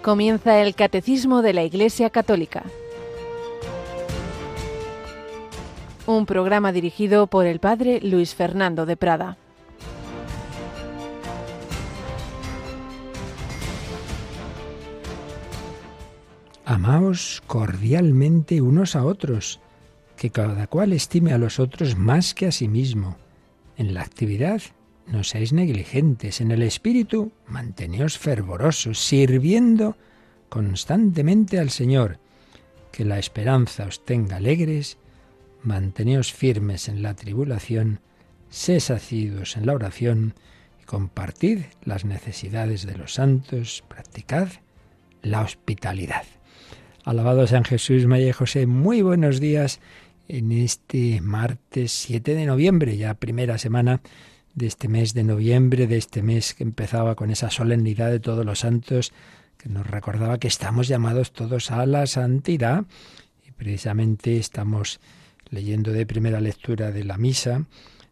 Comienza el Catecismo de la Iglesia Católica. Un programa dirigido por el Padre Luis Fernando de Prada. Amaos cordialmente unos a otros, que cada cual estime a los otros más que a sí mismo. En la actividad no seáis negligentes, en el espíritu manteneos fervorosos, sirviendo constantemente al Señor. Que la esperanza os tenga alegres, manteneos firmes en la tribulación, sed asiduos en la oración y compartid las necesidades de los santos, practicad la hospitalidad. Alabado sean Jesús, María y José, muy buenos días en este martes 7 de noviembre, ya primera semana de este mes de noviembre, de este mes que empezaba con esa solemnidad de todos los santos, que nos recordaba que estamos llamados todos a la santidad, y precisamente estamos leyendo de primera lectura de la misa,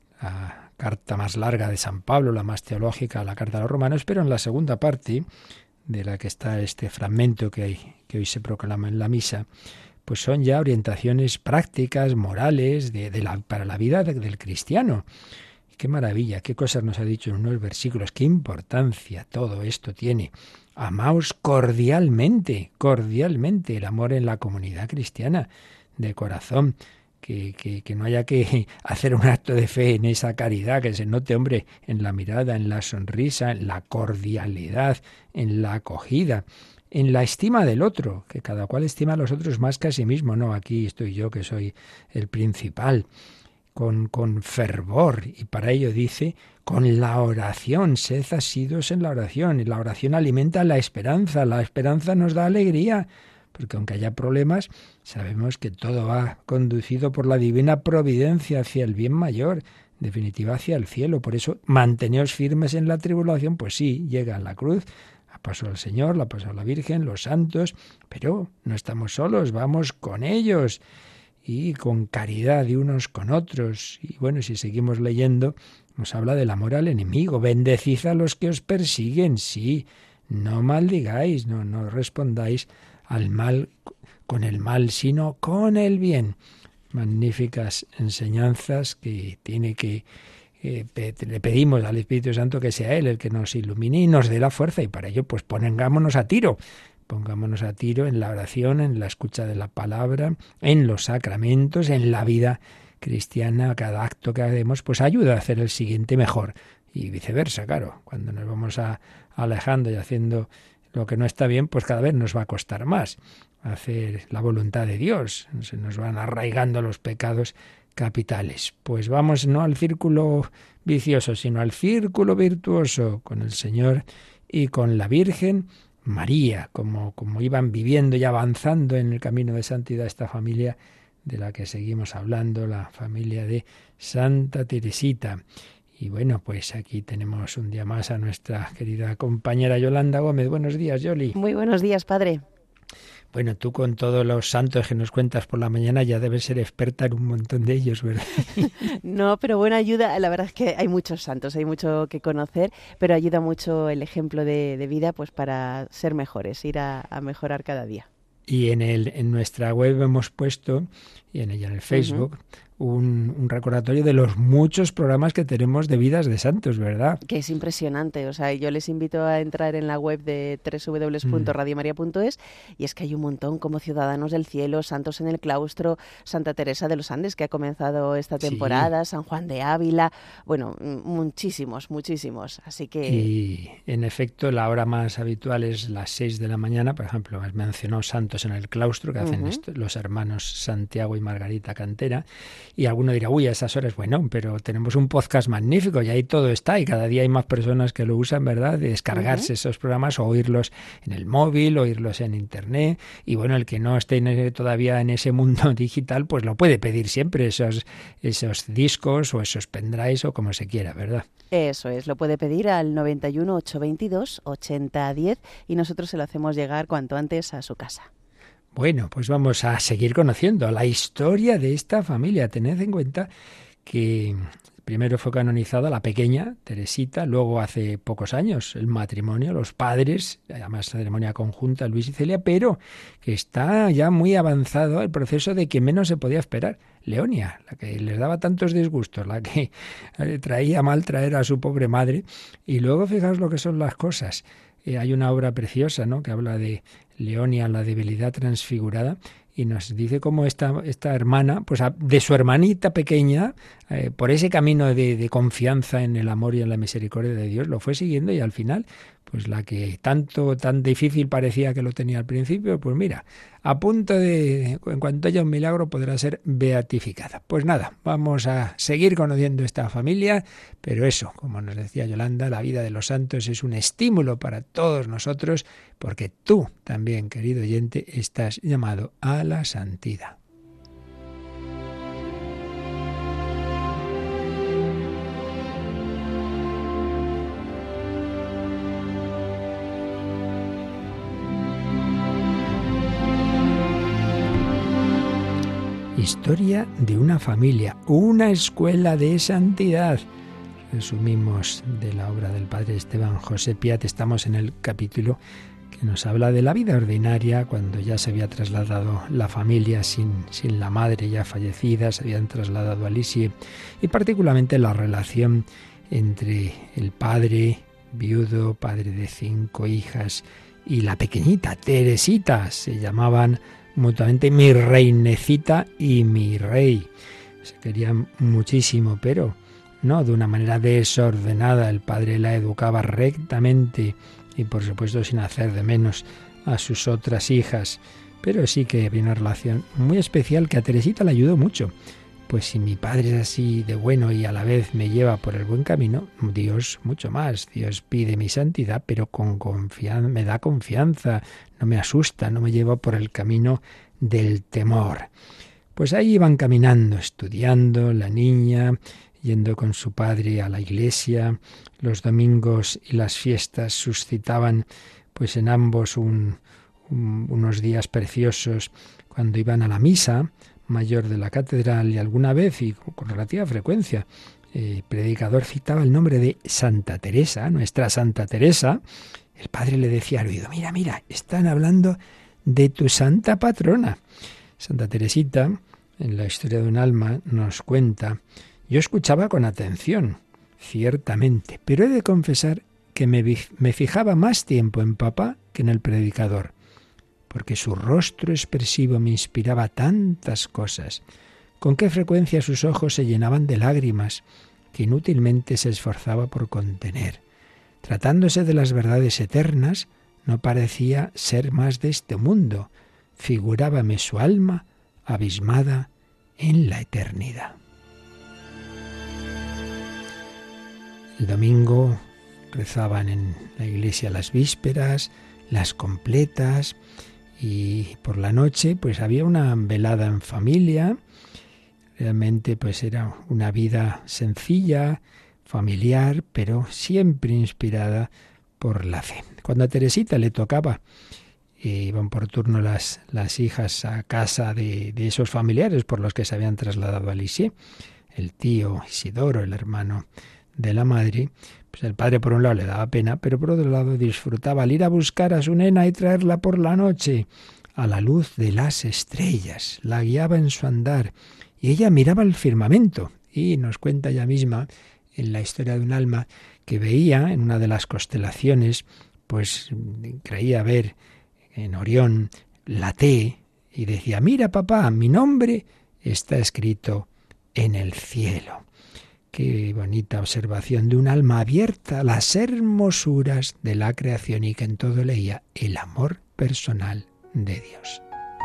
la carta más larga de San Pablo, la más teológica, la carta a los Romanos, pero en la segunda parte, de la que está este fragmento que hoy se proclama en la misa, pues son ya orientaciones prácticas, morales, para la vida del cristiano. Qué maravilla, qué cosas nos ha dicho en unos versículos, qué importancia todo esto tiene. Amaos cordialmente, cordialmente, el amor en la comunidad cristiana, de corazón. Que no haya que hacer un acto de fe en esa caridad, que se note, hombre, en la mirada, en la sonrisa, en la cordialidad, en la acogida, en la estima del otro, que cada cual estima a los otros más que a sí mismo. No, aquí estoy yo, que soy el principal. Con fervor, y para ello dice, con la oración, sed asiduos en la oración, y la oración alimenta la esperanza nos da alegría, porque aunque haya problemas, sabemos que todo va conducido por la divina providencia hacia el bien mayor, en definitiva hacia el cielo. Por eso, manteneos firmes en la tribulación, pues sí, llega a la cruz, ha pasado el Señor, la ha pasado la Virgen, los santos, pero no estamos solos, vamos con ellos, y con caridad de unos con otros. Y bueno, si seguimos leyendo, nos habla del amor al enemigo. Bendecid a los que os persiguen, sí, no maldigáis, no respondáis al mal con el mal, sino con el bien. Magníficas enseñanzas que tiene que le pedimos al Espíritu Santo que sea Él el que nos ilumine y nos dé la fuerza, y para ello pues pongámonos a tiro en la oración, en la escucha de la palabra, en los sacramentos, en la vida cristiana. Cada acto que hagamos pues ayuda a hacer el siguiente mejor, y viceversa, claro. Cuando nos vamos alejando y haciendo lo que no está bien, pues cada vez nos va a costar más hacer la voluntad de Dios. Se nos van arraigando los pecados capitales. Pues vamos no al círculo vicioso, sino al círculo virtuoso, con el Señor y con la Virgen María, como iban viviendo y avanzando en el camino de santidad esta familia de la que seguimos hablando, la familia de Santa Teresita. Y bueno, pues aquí tenemos un día más a nuestra querida compañera Yolanda Gómez. Buenos días, Yoli. Muy buenos días, padre. Bueno, tú con todos los santos que nos cuentas por la mañana ya debes ser experta en un montón de ellos, ¿verdad? No, pero buena ayuda. La verdad es que hay muchos santos, hay mucho que conocer, pero ayuda mucho el ejemplo de vida pues para ser mejores, ir a mejorar cada día. Y en nuestra web hemos puesto, y en ella en el Facebook, un recordatorio de los muchos programas que tenemos de vidas de santos, ¿verdad? Que es impresionante. O sea, yo les invito a entrar en la web de www.radiomaria.es, y es que hay un montón, como Ciudadanos del Cielo, Santos en el Claustro, Santa Teresa de los Andes, que ha comenzado esta temporada, sí. San Juan de Ávila, bueno, muchísimos. Así que... Y en efecto, la hora más habitual es las 6 de la mañana. Por ejemplo, has mencionado Santos en el Claustro, que hacen los hermanos Santiago y Margarita Cantera. Y alguno dirá, uy, a esas horas, bueno, pero tenemos un podcast magnífico y ahí todo está, y cada día hay más personas que lo usan, ¿verdad?, de descargarse esos programas o oírlos en el móvil, oírlos en internet. Y bueno, el que no esté todavía en ese mundo digital, pues lo puede pedir siempre, esos discos o esos pendrives o como se quiera, ¿verdad? Eso es, lo puede pedir al 91 822 8010 y nosotros se lo hacemos llegar cuanto antes a su casa. Bueno, pues vamos a seguir conociendo la historia de esta familia. Tened en cuenta que Primero fue canonizada la pequeña, Teresita, luego hace pocos años el matrimonio, los padres, además ceremonia conjunta, Luis y Celia, pero que está ya muy avanzado el proceso de que menos se podía esperar. Leonia, la que les daba tantos disgustos, la que traía mal traer a su pobre madre. Y luego fijaos lo que son las cosas. Hay una obra preciosa, ¿no?, que habla de Leonia, la debilidad transfigurada, y nos dice cómo esta hermana, pues de su hermanita pequeña, por ese camino de confianza en el amor y en la misericordia de Dios, lo fue siguiendo, y al final, pues la que tan difícil parecía que lo tenía al principio, pues mira, a punto de, en cuanto haya un milagro, podrá ser beatificada. Pues nada, vamos a seguir conociendo esta familia, pero eso, como nos decía Yolanda, la vida de los santos es un estímulo para todos nosotros, porque tú también, querido oyente, estás llamado a la santidad. Historia de una familia, una escuela de santidad. Resumimos de la obra del padre Esteban José Piat. Estamos en el capítulo que nos habla de la vida ordinaria, cuando ya se había trasladado la familia sin la madre ya fallecida, se habían trasladado a Lisieux, y particularmente la relación entre el padre viudo, padre de 5 hijas, y la pequeñita Teresita. Se llamaban mutuamente mi reinecita y mi rey. Se querían muchísimo, pero no de una manera desordenada. El padre la educaba rectamente y por supuesto sin hacer de menos a sus otras hijas, pero sí que había una relación muy especial que a Teresita le ayudó mucho. Pues si mi padre es así de bueno y a la vez me lleva por el buen camino, Dios mucho más. Dios pide mi santidad, pero con confianza, me da confianza, no me asusta, no me lleva por el camino del temor. Pues ahí iban caminando, estudiando, la niña, yendo con su padre a la iglesia. Los domingos y las fiestas suscitaban pues en ambos unos días preciosos cuando iban a la misa mayor de la catedral, y alguna vez, y con relativa frecuencia, el predicador citaba el nombre de Santa Teresa, nuestra Santa Teresa. El padre le decía al oído: mira, están hablando de tu santa patrona. Santa Teresita, en la historia de un alma, nos cuenta: yo escuchaba con atención, ciertamente, pero he de confesar que me fijaba más tiempo en papá que en el predicador, porque su rostro expresivo me inspiraba tantas cosas. Con qué frecuencia sus ojos se llenaban de lágrimas que inútilmente se esforzaba por contener. Tratándose de las verdades eternas, no parecía ser más de este mundo. Figurábame su alma abismada en la eternidad. El domingo rezaban en la iglesia las vísperas, las completas, y por la noche pues había una velada en familia. Realmente pues era una vida sencilla, familiar, pero siempre inspirada por la fe. Cuando a Teresita le tocaba, iban por turno las hijas a casa de esos familiares por los que se habían trasladado a Lisieux, el tío Isidoro, el hermano de la madre, pues el padre por un lado le daba pena, pero por otro lado disfrutaba al ir a buscar a su nena y traerla por la noche a la luz de las estrellas. La guiaba en su andar y ella miraba el firmamento, y nos cuenta ella misma en la historia de un alma que veía en una de las constelaciones, pues creía ver en Orión la T, y decía: mira papá, mi nombre está escrito en el cielo. Qué bonita observación de un alma abierta a las hermosuras de la creación y que en todo leía el amor personal de Dios.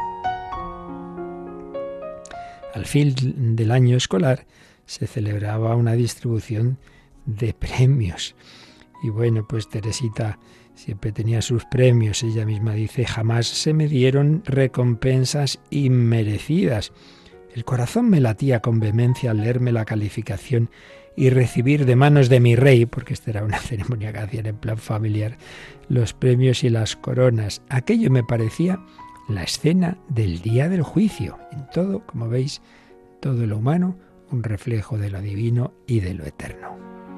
Al fin del año escolar se celebraba una distribución de premios. Y bueno, pues Teresita siempre tenía sus premios. Ella misma dice: jamás se me dieron recompensas inmerecidas. El corazón me latía con vehemencia al leerme la calificación y recibir de manos de mi rey, porque esta era una ceremonia que hacían en plan familiar, los premios y las coronas. Aquello me parecía la escena del día del juicio. En todo, como veis, todo lo humano, un reflejo de lo divino y de lo eterno.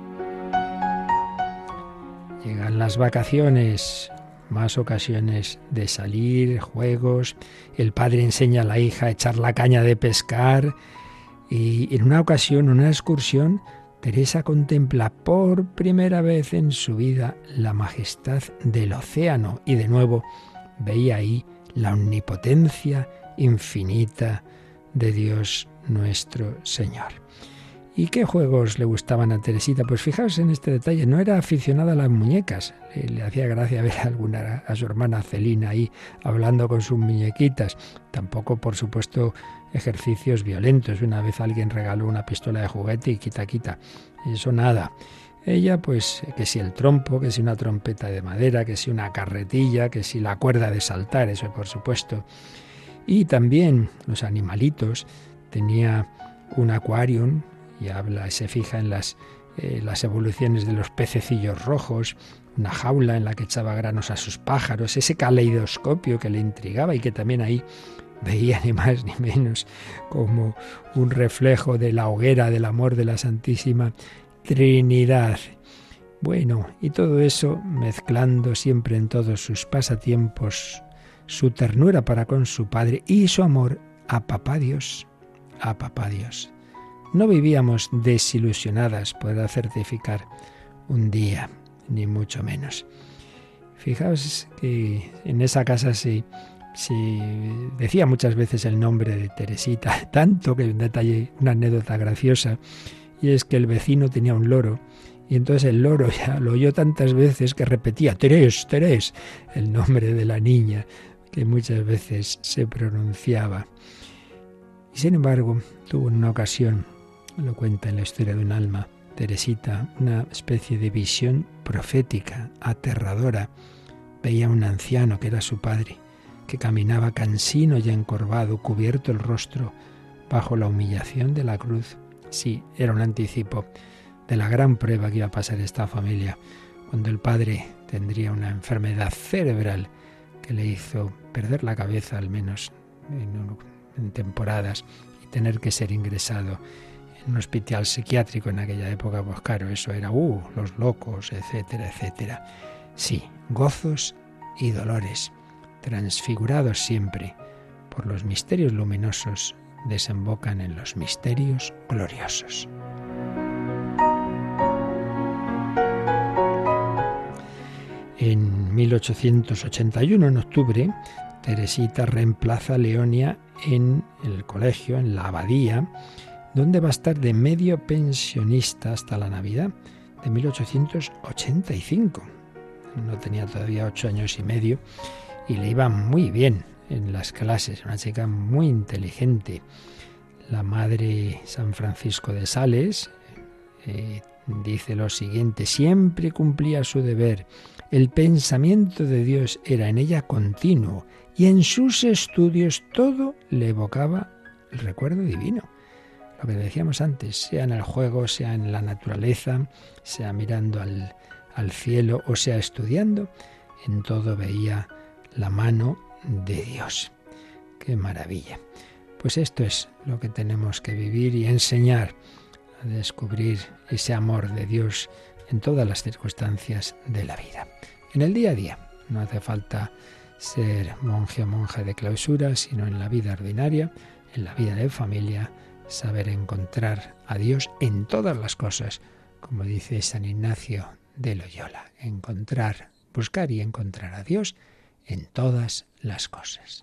Llegan las vacaciones, más ocasiones de salir, juegos, el padre enseña a la hija a echar la caña de pescar y en una ocasión, una excursión, Teresa contempla por primera vez en su vida la majestad del océano y de nuevo veía ahí la omnipotencia infinita de Dios nuestro Señor. ¿Y qué juegos le gustaban a Teresita? Pues fijaos en este detalle, no era aficionada a las muñecas. Le hacía gracia ver a su hermana Celina ahí hablando con sus muñequitas. Tampoco, por supuesto, ejercicios violentos. Una vez alguien regaló una pistola de juguete y quita. Eso nada. Ella, pues, que si el trompo, que si una trompeta de madera, que si una carretilla, que si la cuerda de saltar, eso por supuesto. Y también los animalitos. Tenía un acuarium y se fija en las evoluciones de los pececillos rojos, una jaula en la que echaba granos a sus pájaros, ese caleidoscopio que le intrigaba y que también ahí veía ni más ni menos como un reflejo de la hoguera del amor de la Santísima Trinidad. Bueno, y todo eso mezclando siempre en todos sus pasatiempos su ternura para con su padre y su amor a Papá Dios. A Papá Dios. No vivíamos desilusionadas, puedo certificar un día, ni mucho menos. Fijaos que en esa casa se decía muchas veces el nombre de Teresita, tanto que un detalle, una anécdota graciosa, y es que el vecino tenía un loro, y entonces el loro ya lo oyó tantas veces que repetía Terés, Terés, el nombre de la niña, que muchas veces se pronunciaba. Y sin embargo, tuvo en una ocasión, lo cuenta en la historia de un alma, Teresita, una especie de visión profética, aterradora. Veía a un anciano que era su padre, que caminaba cansino y encorvado, cubierto el rostro, bajo la humillación de la cruz. Sí, era un anticipo de la gran prueba que iba a pasar esta familia, cuando el padre tendría una enfermedad cerebral que le hizo perder la cabeza, al menos en temporadas, y tener que ser ingresado en un hospital psiquiátrico en aquella época. Pues claro, eso era los locos, etcétera, etcétera. Sí, gozos y dolores, transfigurados siempre por los misterios luminosos, desembocan en los misterios gloriosos. En 1881, en octubre, Teresita reemplaza a Leonia en el colegio, en la abadía, donde va a estar de medio pensionista hasta la Navidad de 1885. No tenía todavía 8 años y medio y le iba muy bien en las clases, una chica muy inteligente. La madre San Francisco de Sales dice lo siguiente: siempre cumplía su deber, el pensamiento de Dios era en ella continuo y en sus estudios todo le evocaba el recuerdo divino. Lo que decíamos antes, sea en el juego, sea en la naturaleza, sea mirando al cielo o sea estudiando, en todo veía la mano de Dios. ¡Qué maravilla! Pues esto es lo que tenemos que vivir y enseñar, a descubrir ese amor de Dios en todas las circunstancias de la vida. En el día a día, no hace falta ser monje o monja de clausura, sino en la vida ordinaria, en la vida de familia, saber encontrar a Dios en todas las cosas, como dice San Ignacio de Loyola, buscar y encontrar a Dios en todas las cosas.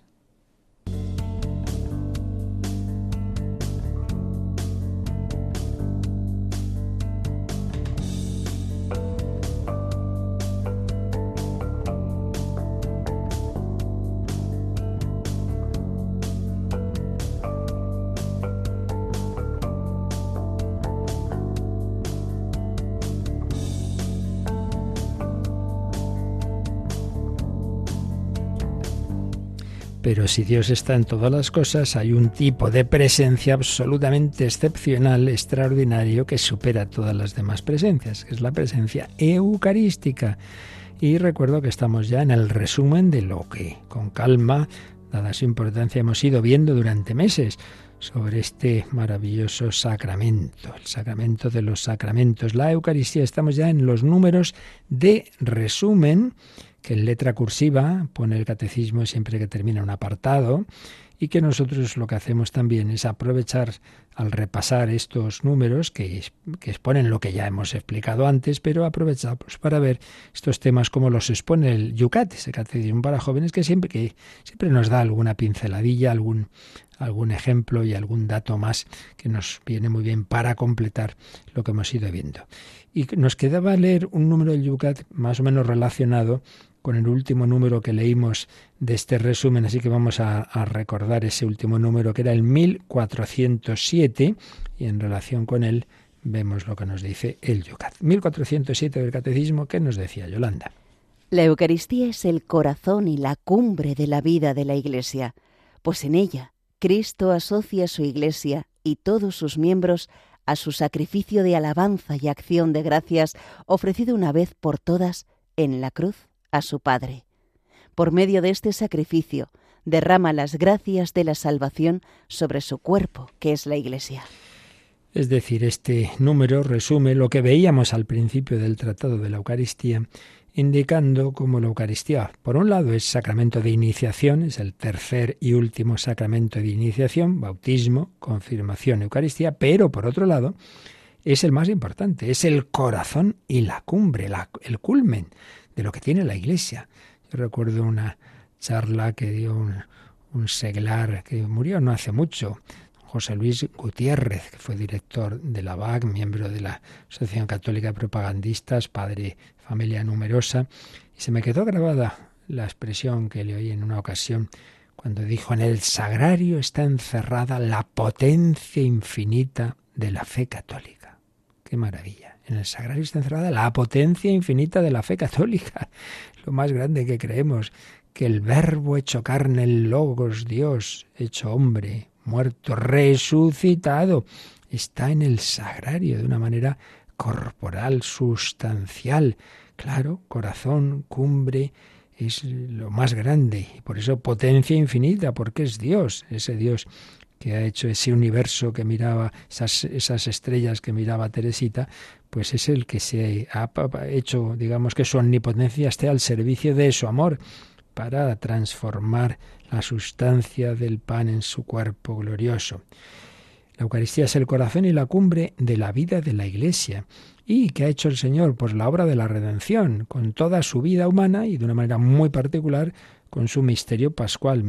Pero si Dios está en todas las cosas, hay un tipo de presencia absolutamente excepcional, extraordinario, que supera todas las demás presencias, que es la presencia eucarística. Y recuerdo que estamos ya en el resumen de lo que, con calma, dada su importancia, hemos ido viendo durante meses sobre este maravilloso sacramento, el sacramento de los sacramentos, la Eucaristía. Estamos ya en los números de resumen, que en letra cursiva pone el catecismo siempre que termina un apartado, y que nosotros lo que hacemos también es aprovechar al repasar estos números que exponen lo que ya hemos explicado antes, pero aprovechamos para ver estos temas como los expone el Yucat, ese catecismo para jóvenes que siempre nos da alguna pinceladilla, algún ejemplo y algún dato más que nos viene muy bien para completar lo que hemos ido viendo. Y nos quedaba leer un número del Yucat más o menos relacionado con el último número que leímos de este resumen, así que vamos a recordar ese último número, que era el 1407, y en relación con él vemos lo que nos dice el Yucat. 1407 del Catecismo, ¿qué nos decía Yolanda? La Eucaristía es el corazón y la cumbre de la vida de la Iglesia, pues en ella Cristo asocia a su Iglesia y todos sus miembros a su sacrificio de alabanza y acción de gracias ofrecido una vez por todas en la cruz a su Padre. Por medio de este sacrificio, derrama las gracias de la salvación sobre su cuerpo, que es la Iglesia. Es decir, este número resume lo que veíamos al principio del Tratado de la Eucaristía, indicando cómo la Eucaristía, por un lado, es sacramento de iniciación, es el tercer y último sacramento de iniciación, bautismo, confirmación, Eucaristía, pero por otro lado, es el más importante, es el corazón y la cumbre, el culmen de lo que tiene la Iglesia. Yo recuerdo una charla que dio un seglar que murió no hace mucho, José Luis Gutiérrez, que fue director de la BAC, miembro de la Asociación Católica de Propagandistas, padre de familia numerosa, y se me quedó grabada la expresión que le oí en una ocasión cuando dijo: en el sagrario está encerrada la potencia infinita de la fe católica. ¡Qué maravilla! En el sagrario está encerrada la potencia infinita de la fe católica, lo más grande que creemos, que el Verbo hecho carne, el Logos, Dios, hecho hombre, muerto, resucitado, está en el sagrario de una manera corporal, sustancial. Claro, corazón, cumbre, es lo más grande, y por eso potencia infinita, porque es Dios, ese Dios que ha hecho ese universo que miraba, esas estrellas que miraba Teresita, pues es el que se ha hecho, digamos, que su omnipotencia esté al servicio de su amor, para transformar la sustancia del pan en su cuerpo glorioso. La Eucaristía es el corazón y la cumbre de la vida de la Iglesia. ¿Y qué ha hecho el Señor? Pues la obra de la redención, con toda su vida humana y de una manera muy particular con su misterio pascual,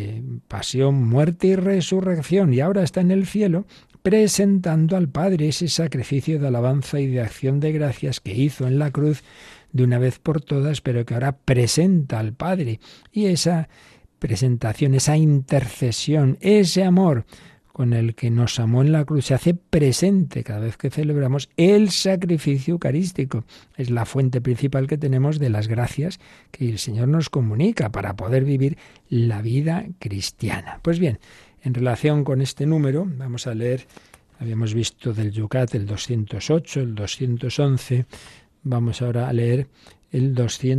pasión, muerte y resurrección. Y ahora está en el cielo presentando al Padre ese sacrificio de alabanza y de acción de gracias que hizo en la cruz de una vez por todas, pero que ahora presenta al Padre. Y esa presentación, esa intercesión, ese amor con el que nos amó en la cruz se hace presente cada vez que celebramos el sacrificio eucarístico. Es la fuente principal que tenemos de las gracias que el Señor nos comunica para poder vivir la vida cristiana. Pues bien, en relación con este número, vamos a leer, habíamos visto del Yucat el 208, el 211, vamos ahora a leer el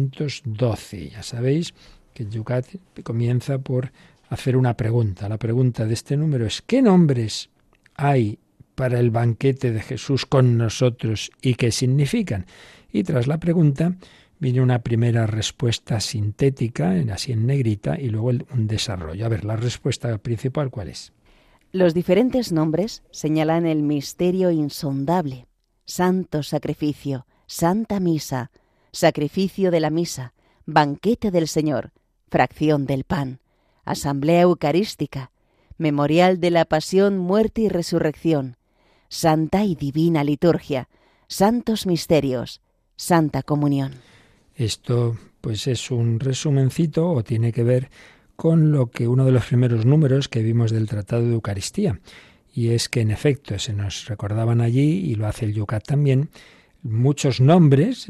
212. Ya sabéis que el Yucat comienza por hacer una pregunta. La pregunta de este número es: ¿qué nombres hay para el banquete de Jesús con nosotros y qué significan? Y tras la pregunta viene una primera respuesta sintética, así en negrita, y luego un desarrollo. A ver, la respuesta principal, ¿cuál es? Los diferentes nombres señalan el misterio insondable: santo sacrificio, santa misa, sacrificio de la misa, banquete del Señor, fracción del pan, asamblea eucarística, memorial de la pasión, muerte y resurrección, santa y divina liturgia, santos misterios, santa comunión. Esto pues es un resumencito o tiene que ver con lo que uno de los primeros números que vimos del Tratado de Eucaristía, y es que en efecto se nos recordaban allí, y lo hace el Yucat también, muchos nombres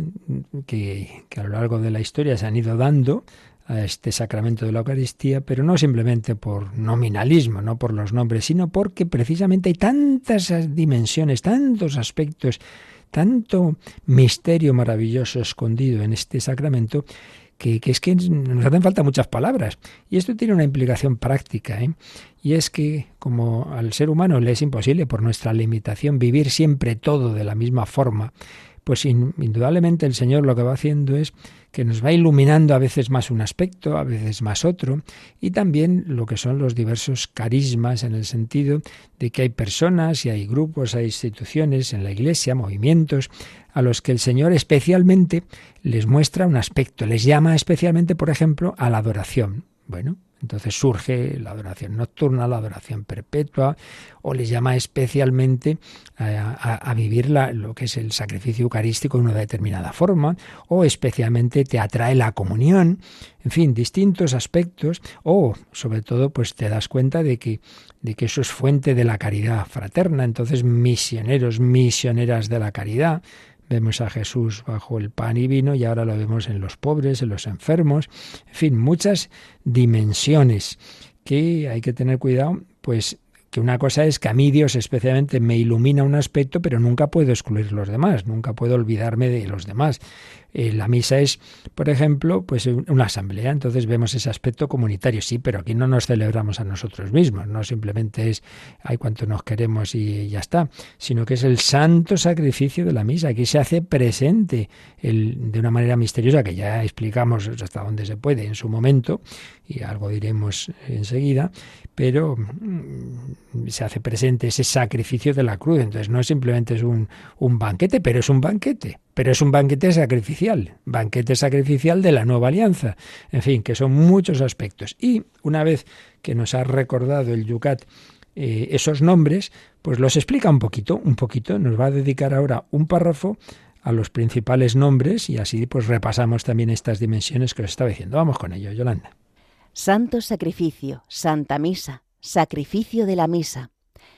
que a lo largo de la historia se han ido dando a este sacramento de la Eucaristía, pero no simplemente por nominalismo, no por los nombres, sino porque precisamente hay tantas dimensiones, tantos aspectos, tanto misterio maravilloso escondido en este sacramento, que es que nos hacen falta muchas palabras. Y esto tiene una implicación práctica, ¿eh? Y es que como al ser humano le es imposible por nuestra limitación vivir siempre todo de la misma forma, pues indudablemente el Señor lo que va haciendo es que nos va iluminando a veces más un aspecto, a veces más otro, y también lo que son los diversos carismas, en el sentido de que hay personas y hay grupos, hay instituciones en la Iglesia, movimientos, a los que el Señor especialmente les muestra un aspecto, les llama especialmente, por ejemplo, a la adoración. Bueno, entonces surge la adoración nocturna, la adoración perpetua, o les llama especialmente a vivir lo que es el sacrificio eucarístico de una determinada forma, o especialmente te atrae la comunión, en fin, distintos aspectos, o sobre todo pues te das cuenta de que eso es fuente de la caridad fraterna, entonces misioneros, misioneras de la caridad. Vemos a Jesús bajo el pan y vino y ahora lo vemos en los pobres, en los enfermos, en fin, muchas dimensiones que hay que tener cuidado, pues que una cosa es que a mí Dios especialmente me ilumina un aspecto, pero nunca puedo excluir los demás, nunca puedo olvidarme de los demás. La misa es, por ejemplo, pues una asamblea, entonces vemos ese aspecto comunitario, sí, pero aquí no nos celebramos a nosotros mismos, no simplemente es, ay, cuánto nos queremos y ya está, sino que es el santo sacrificio de la misa, aquí se hace presente de una manera misteriosa, que ya explicamos hasta dónde se puede en su momento, y algo diremos enseguida, pero se hace presente ese sacrificio de la cruz, entonces no simplemente es un banquete, pero es un banquete. Pero es un banquete sacrificial de la nueva alianza. En fin, que son muchos aspectos. Y una vez que nos ha recordado el Yucat esos nombres, pues los explica un poquito. Nos va a dedicar ahora un párrafo a los principales nombres y así pues repasamos también estas dimensiones que os estaba diciendo. Vamos con ello, Yolanda. Santo sacrificio, Santa Misa, sacrificio de la Misa.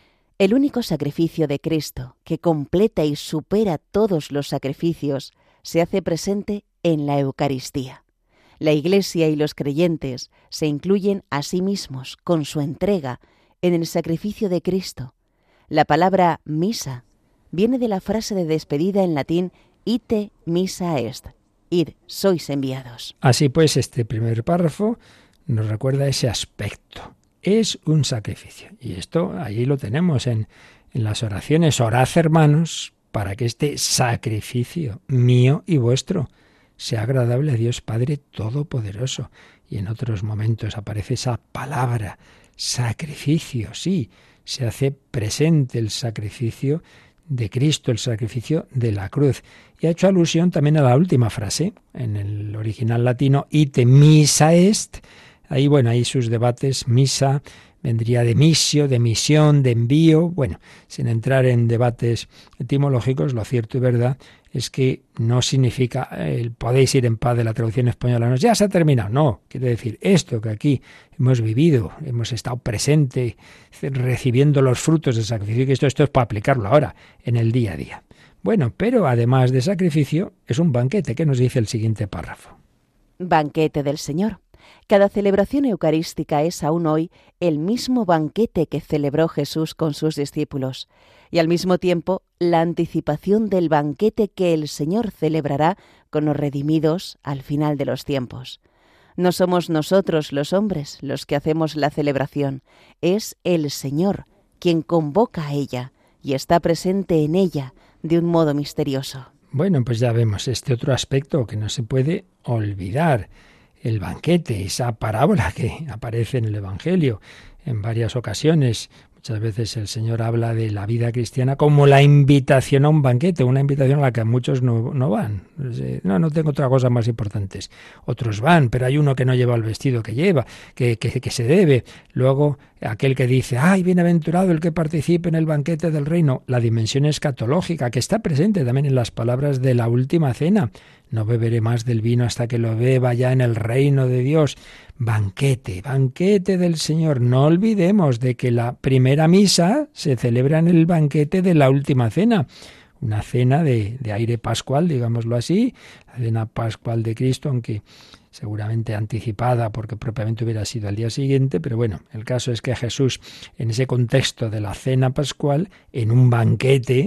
El único sacrificio de Cristo, que completa y supera todos los sacrificios, se hace presente en la Eucaristía. La Iglesia y los creyentes se incluyen a sí mismos, con su entrega, en el sacrificio de Cristo. La palabra misa viene de la frase de despedida en latín ite missa est, id, sois enviados. Así pues, este primer párrafo nos recuerda ese aspecto. Es un sacrificio. Y esto allí lo tenemos en las oraciones. Orad, hermanos, para que este sacrificio mío y vuestro sea agradable a Dios Padre Todopoderoso. Y en otros momentos aparece esa palabra, sacrificio. Sí, se hace presente el sacrificio de Cristo, el sacrificio de la cruz. Y ha hecho alusión también a la última frase, en el original latino, ite missa est. Ahí, bueno, hay sus debates, misa vendría de misio, de misión, de envío. Bueno, sin entrar en debates etimológicos, lo cierto y verdad es que no significa podéis ir en paz de la traducción española, no, ya se ha terminado. No, quiere decir esto que aquí hemos vivido, hemos estado presente, recibiendo los frutos del sacrificio, que esto es para aplicarlo ahora, en el día a día. Bueno, pero además de sacrificio, es un banquete. ¿Qué nos dice el siguiente párrafo? Banquete del Señor. Cada celebración eucarística es aún hoy el mismo banquete que celebró Jesús con sus discípulos, y al mismo tiempo la anticipación del banquete que el Señor celebrará con los redimidos al final de los tiempos. No somos nosotros los hombres los que hacemos la celebración, es el Señor quien convoca a ella y está presente en ella de un modo misterioso. Bueno, pues ya vemos este otro aspecto que no se puede olvidar. El banquete, esa parábola que aparece en el Evangelio en varias ocasiones. Muchas veces el Señor habla de la vida cristiana como la invitación a un banquete, una invitación a la que muchos no van. No tengo otra cosa más importantes. Otros van, pero hay uno que no lleva el vestido que lleva, que se debe. Luego, aquel que dice, ¡ay, bienaventurado el que participe en el banquete del reino! La dimensión escatológica, que está presente también en las palabras de la última cena. No beberé más del vino hasta que lo beba ya en el reino de Dios. Banquete, banquete del Señor. No olvidemos de que la primera misa se celebra en el banquete de la última cena. Una cena de aire pascual, digámoslo así, la cena pascual de Cristo, aunque seguramente anticipada porque propiamente hubiera sido al día siguiente, pero bueno, el caso es que Jesús, en ese contexto de la cena pascual, en un banquete,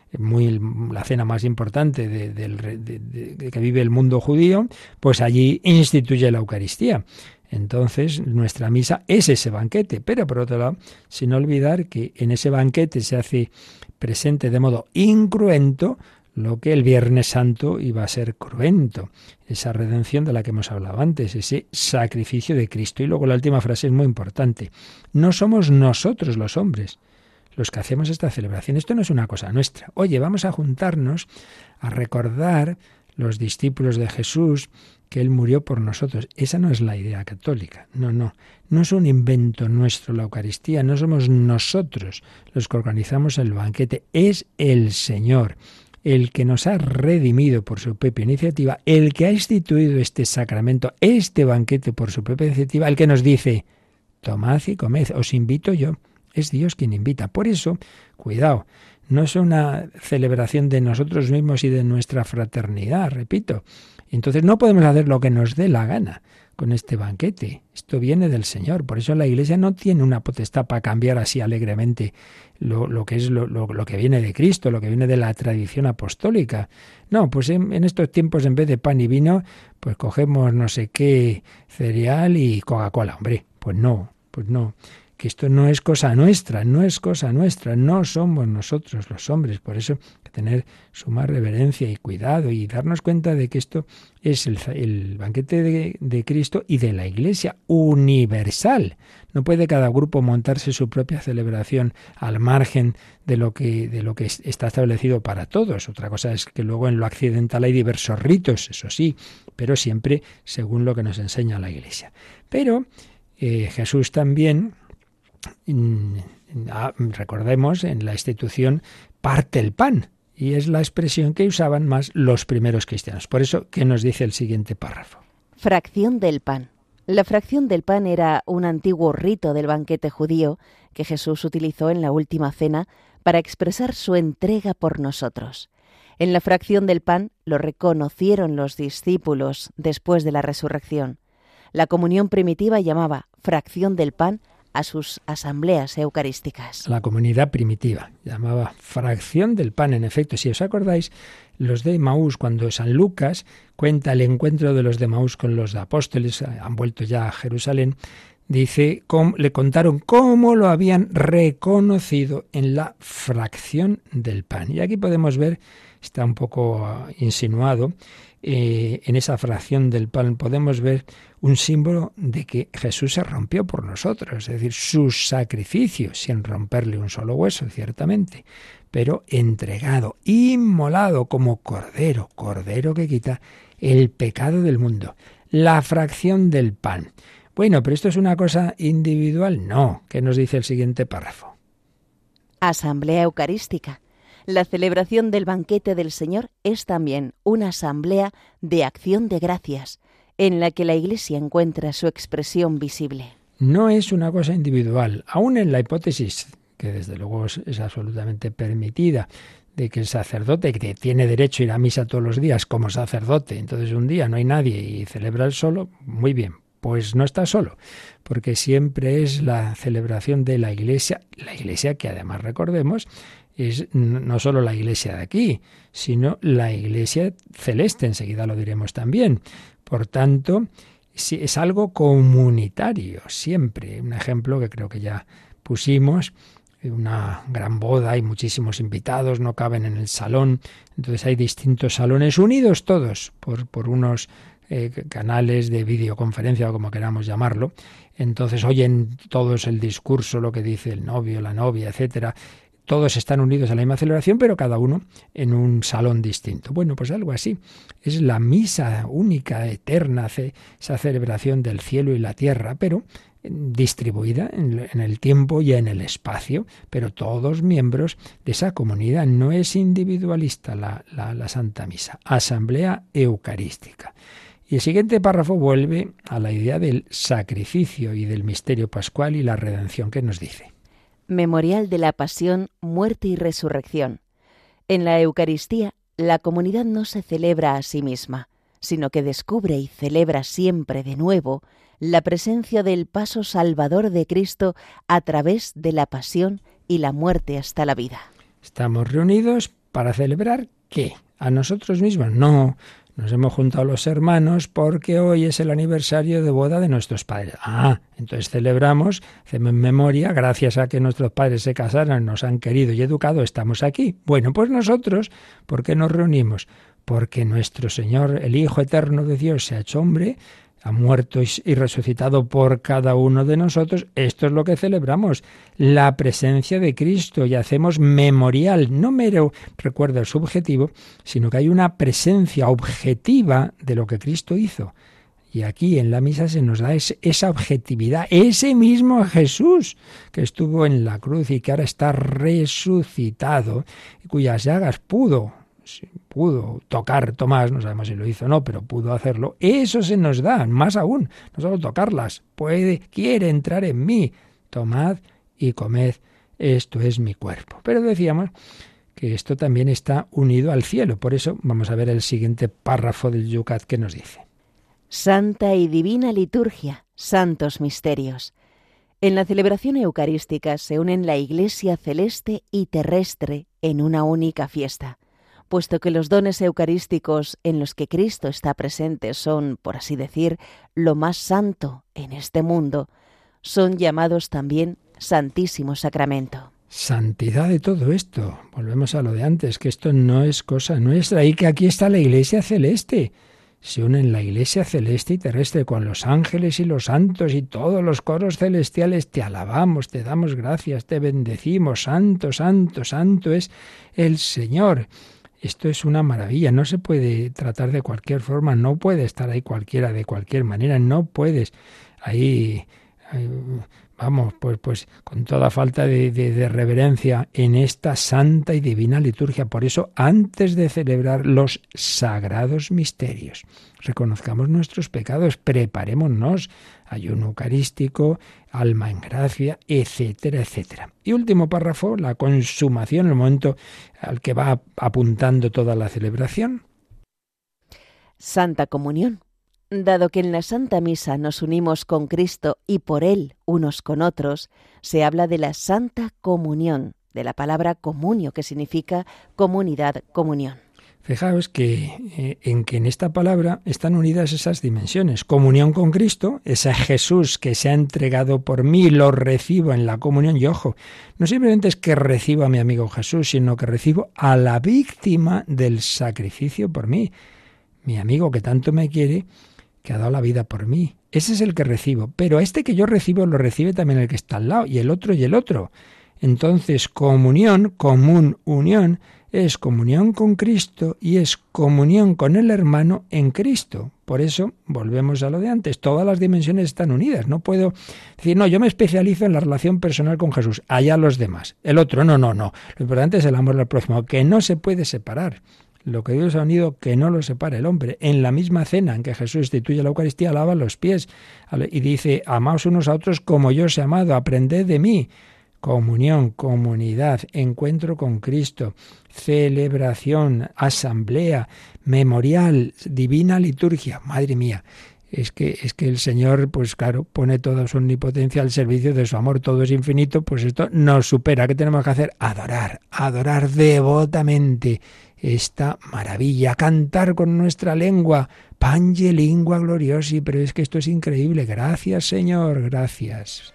la cena más importante de que vive el mundo judío, pues allí instituye la Eucaristía. Entonces, nuestra misa es ese banquete, pero por otro lado, sin olvidar que en ese banquete se hace presente de modo incruento lo que el Viernes Santo iba a ser cruento, esa redención de la que hemos hablado antes, ese sacrificio de Cristo. Y luego la última frase es muy importante: no somos nosotros los hombres los que hacemos esta celebración. Esto no es una cosa nuestra. Oye, vamos a juntarnos a recordar los discípulos de Jesús que Él murió por nosotros. Esa no es la idea católica. No es un invento nuestro la Eucaristía, no somos nosotros los que organizamos el banquete, es el Señor, el que nos ha redimido por su propia iniciativa, el que ha instituido este sacramento, este banquete por su propia iniciativa, el que nos dice: tomad y comed, os invito yo. Es Dios quien invita. Por eso, cuidado, no es una celebración de nosotros mismos y de nuestra fraternidad, repito. Entonces no podemos hacer lo que nos dé la gana con este banquete. Esto viene del Señor. Por eso la Iglesia no tiene una potestad para cambiar así alegremente lo que es lo que viene de Cristo, lo que viene de la tradición apostólica. No, pues en estos tiempos, en vez de pan y vino, pues cogemos no sé qué cereal y Coca-Cola. Hombre, pues no. Que esto no es cosa nuestra, no somos nosotros los hombres. Por eso hay que tener suma reverencia y cuidado y darnos cuenta de que esto es el banquete de Cristo y de la Iglesia universal. No puede cada grupo montarse su propia celebración al margen de lo que está establecido para todos. Otra cosa es que luego en lo accidental hay diversos ritos, eso sí, pero siempre según lo que nos enseña la Iglesia. Pero Jesús también, recordemos, en la institución parte el pan, y es la expresión que usaban más los primeros cristianos. Por eso, ¿qué nos dice el siguiente párrafo? Fracción del pan. La fracción del pan era un antiguo rito del banquete judío que Jesús utilizó en la última cena para expresar su entrega por nosotros. En la fracción del pan lo reconocieron los discípulos después de la resurrección. La comunión primitiva llamaba fracción del pan a sus asambleas eucarísticas. La comunidad primitiva llamaba fracción del pan, en efecto. Si os acordáis, los de Emaús, cuando San Lucas cuenta el encuentro de los de Emaús con los apóstoles, han vuelto ya a Jerusalén, dice, le contaron cómo lo habían reconocido en la fracción del pan. Y aquí podemos ver, está un poco insinuado, en esa fracción del pan podemos ver un símbolo de que Jesús se rompió por nosotros, es decir, su sacrificio, sin romperle un solo hueso, ciertamente, pero entregado, inmolado como cordero que quita el pecado del mundo. La fracción del pan. Bueno, pero ¿esto es una cosa individual? No. ¿Qué nos dice el siguiente párrafo? Asamblea eucarística. La celebración del banquete del Señor es también una asamblea de acción de gracias, en la que la Iglesia encuentra su expresión visible. No es una cosa individual, aún en la hipótesis, que desde luego es absolutamente permitida, de que el sacerdote, que tiene derecho a ir a misa todos los días como sacerdote, entonces un día no hay nadie y celebra él solo, muy bien. Pues no está solo, porque siempre es la celebración de la Iglesia que además recordemos es no solo la Iglesia de aquí, sino la Iglesia celeste, enseguida lo diremos también. Por tanto, es algo comunitario, siempre. Un ejemplo que creo que ya pusimos, una gran boda, hay muchísimos invitados, no caben en el salón, entonces hay distintos salones unidos todos por unos canales de videoconferencia o como queramos llamarlo. Entonces oyen todos el discurso, lo que dice el novio, la novia, etcétera. Todos están unidos a la misma celebración, pero cada uno en un salón distinto. Bueno, pues algo así. Es la misa única, eterna, esa celebración del cielo y la tierra, pero distribuida en el tiempo y en el espacio, pero todos miembros de esa comunidad. No es individualista la Santa Misa. Asamblea Eucarística. Y el siguiente párrafo vuelve a la idea del sacrificio y del misterio pascual y la redención que nos dice. Memorial de la pasión, muerte y resurrección. En la Eucaristía, la comunidad no se celebra a sí misma, sino que descubre y celebra siempre de nuevo la presencia del paso salvador de Cristo a través de la pasión y la muerte hasta la vida. Estamos reunidos ¿Para celebrar qué? ¿A nosotros mismos? No. Nos hemos juntado los hermanos porque hoy es el aniversario de boda de nuestros padres. Entonces celebramos, hacemos memoria, gracias a que nuestros padres se casaron, nos han querido y educado, estamos aquí. Bueno, pues nosotros, ¿por qué nos reunimos? Porque nuestro Señor, el Hijo Eterno de Dios, se ha hecho hombre, ha muerto y resucitado por cada uno de nosotros. Esto es lo que celebramos, la presencia de Cristo, y hacemos memorial, no mero recuerdo subjetivo, sino que hay una presencia objetiva de lo que Cristo hizo. Y aquí en la misa se nos da esa objetividad, ese mismo Jesús que estuvo en la cruz y que ahora está resucitado, y cuyas llagas pudo tocar Tomás, no sabemos si lo hizo o no, pero pudo hacerlo. Eso se nos da, más aún, no solo tocarlas, quiere entrar en mí. Tomad y comed, esto es mi cuerpo. Pero decíamos que esto también está unido al cielo, por eso vamos a ver el siguiente párrafo del Yucat que nos dice. Santa y divina liturgia, santos misterios. En la celebración eucarística se unen la Iglesia celeste y terrestre en una única fiesta. Puesto que los dones eucarísticos en los que Cristo está presente son, por así decir, lo más santo en este mundo, son llamados también Santísimo Sacramento. Santidad de todo esto. Volvemos a lo de antes, que esto no es cosa nuestra y que aquí está la Iglesia celeste. Se unen la Iglesia celeste y terrestre con los ángeles y los santos y todos los coros celestiales. Te alabamos, te damos gracias, te bendecimos. Santo, santo, santo es el Señor. Esto es una maravilla, no se puede tratar de cualquier forma, no puede estar ahí cualquiera de cualquier manera, no puedes ahí vamos, pues con toda falta de reverencia en esta santa y divina liturgia. Por eso, antes de celebrar los sagrados misterios, reconozcamos nuestros pecados, preparémonos, ayuno eucarístico, alma en gracia, etcétera, etcétera. Y último párrafo, la consumación, el momento al que va apuntando toda la celebración. Santa Comunión. Dado que en la Santa Misa nos unimos con Cristo y por Él unos con otros, se habla de la Santa Comunión, de la palabra comunio, que significa comunidad, comunión. Fijaos que en esta palabra están unidas esas dimensiones. Comunión con Cristo, ese Jesús que se ha entregado por mí, lo recibo en la comunión. Y ojo, no simplemente es que recibo a mi amigo Jesús, sino que recibo a la víctima del sacrificio por mí. Mi amigo que tanto me quiere, que ha dado la vida por mí. Ese es el que recibo. Pero este que yo recibo lo recibe también el que está al lado, y el otro y el otro. Entonces, comunión, común, unión, es comunión con Cristo y es comunión con el hermano en Cristo. Por eso, volvemos a lo de antes, todas las dimensiones están unidas. No puedo decir, no, yo me especializo en la relación personal con Jesús, allá los demás. El otro, no. Lo importante es el amor al prójimo, que no se puede separar. Lo que Dios ha unido, que no lo separe el hombre. En la misma cena en que Jesús instituye la Eucaristía, lava los pies y dice, amaos unos a otros como yo os he amado, aprended de mí. Comunión, comunidad, encuentro con Cristo, celebración, asamblea, memorial, divina liturgia. Madre mía, es que el Señor, pues claro, pone toda su omnipotencia al servicio de su amor, todo es infinito, pues esto nos supera. ¿Qué tenemos que hacer? Adorar devotamente esta maravilla, cantar con nuestra lengua, Pange lingua gloriosi, pero es que esto es increíble. Gracias, Señor, gracias.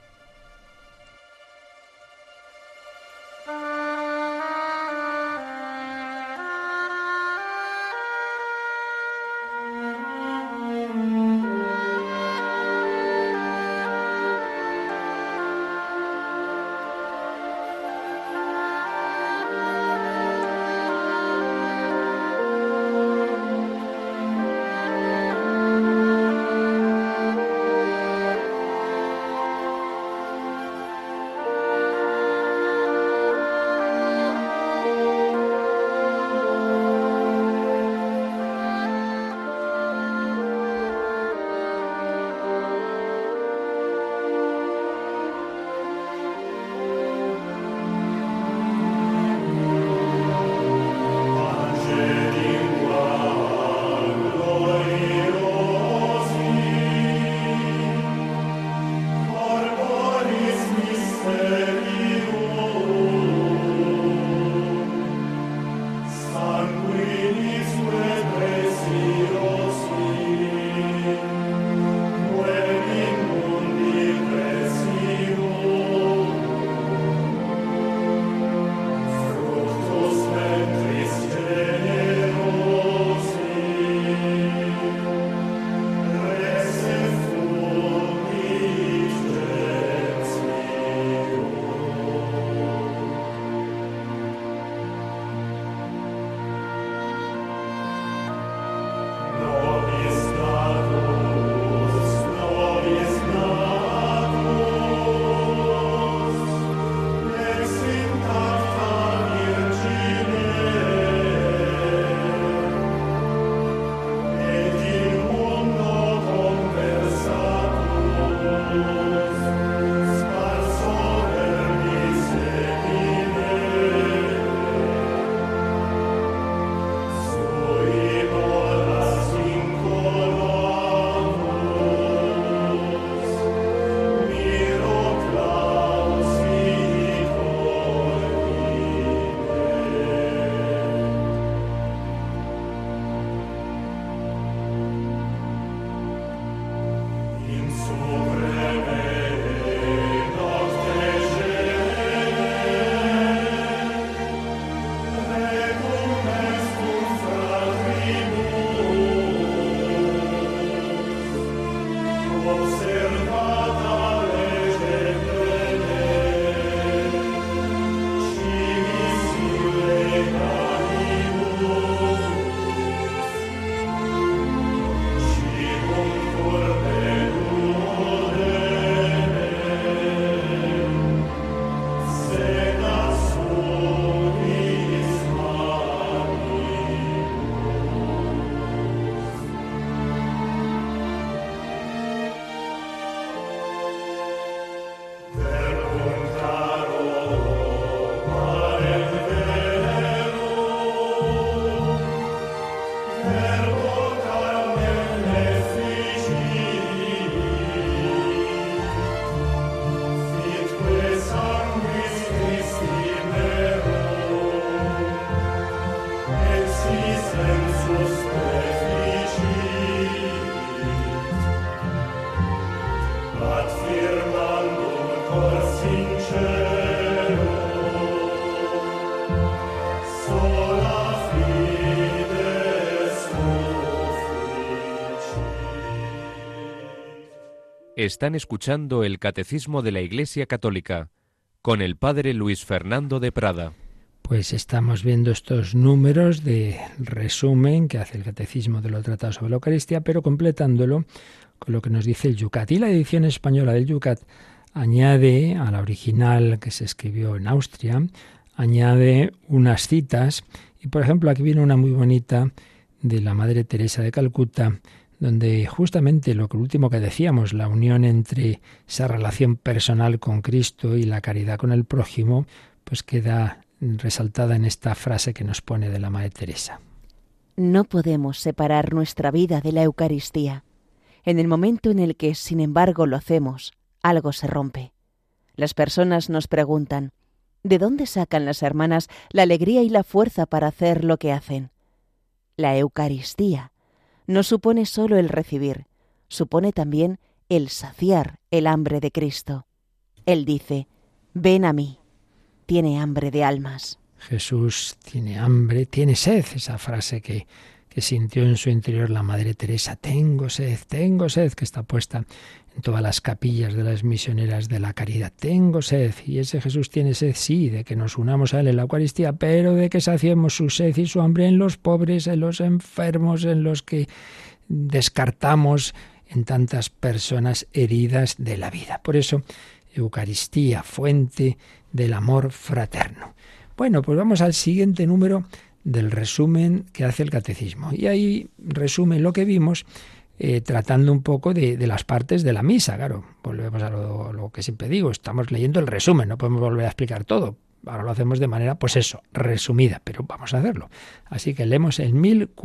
Están escuchando el Catecismo de la Iglesia Católica con el Padre Luis Fernando de Prada. Pues estamos viendo estos números de resumen que hace el Catecismo de los Tratados sobre la Eucaristía, pero completándolo con lo que nos dice el Yucat. Y la edición española del Yucat añade a la original que se escribió en Austria, añade unas citas. Y por ejemplo aquí viene una muy bonita de la Madre Teresa de Calcuta, donde justamente lo último que decíamos, la unión entre esa relación personal con Cristo y la caridad con el prójimo, pues queda resaltada en esta frase que nos pone de la Madre Teresa. No podemos separar nuestra vida de la Eucaristía. En el momento en el que, sin embargo, lo hacemos, algo se rompe. Las personas nos preguntan, ¿de dónde sacan las hermanas la alegría y la fuerza para hacer lo que hacen? La Eucaristía no supone solo el recibir, supone también el saciar el hambre de Cristo. Él dice, ven a mí, tiene hambre de almas. Jesús tiene hambre, tiene sed, esa frase que sintió en su interior la Madre Teresa, tengo sed, que está puesta en todas las capillas de las misioneras de la caridad, tengo sed, y ese Jesús tiene sed, sí, de que nos unamos a Él en la Eucaristía, pero de que saciemos su sed y su hambre en los pobres, en los enfermos, en los que descartamos, en tantas personas heridas de la vida. Por eso, Eucaristía, fuente del amor fraterno. Bueno, pues vamos al siguiente número del resumen que hace el Catecismo. Y ahí resume lo que vimos, tratando un poco de las partes de la misa. Claro, volvemos a lo que siempre digo, estamos leyendo el resumen, no podemos volver a explicar todo. Ahora lo hacemos de manera, pues eso, resumida, pero vamos a hacerlo. Así que leemos el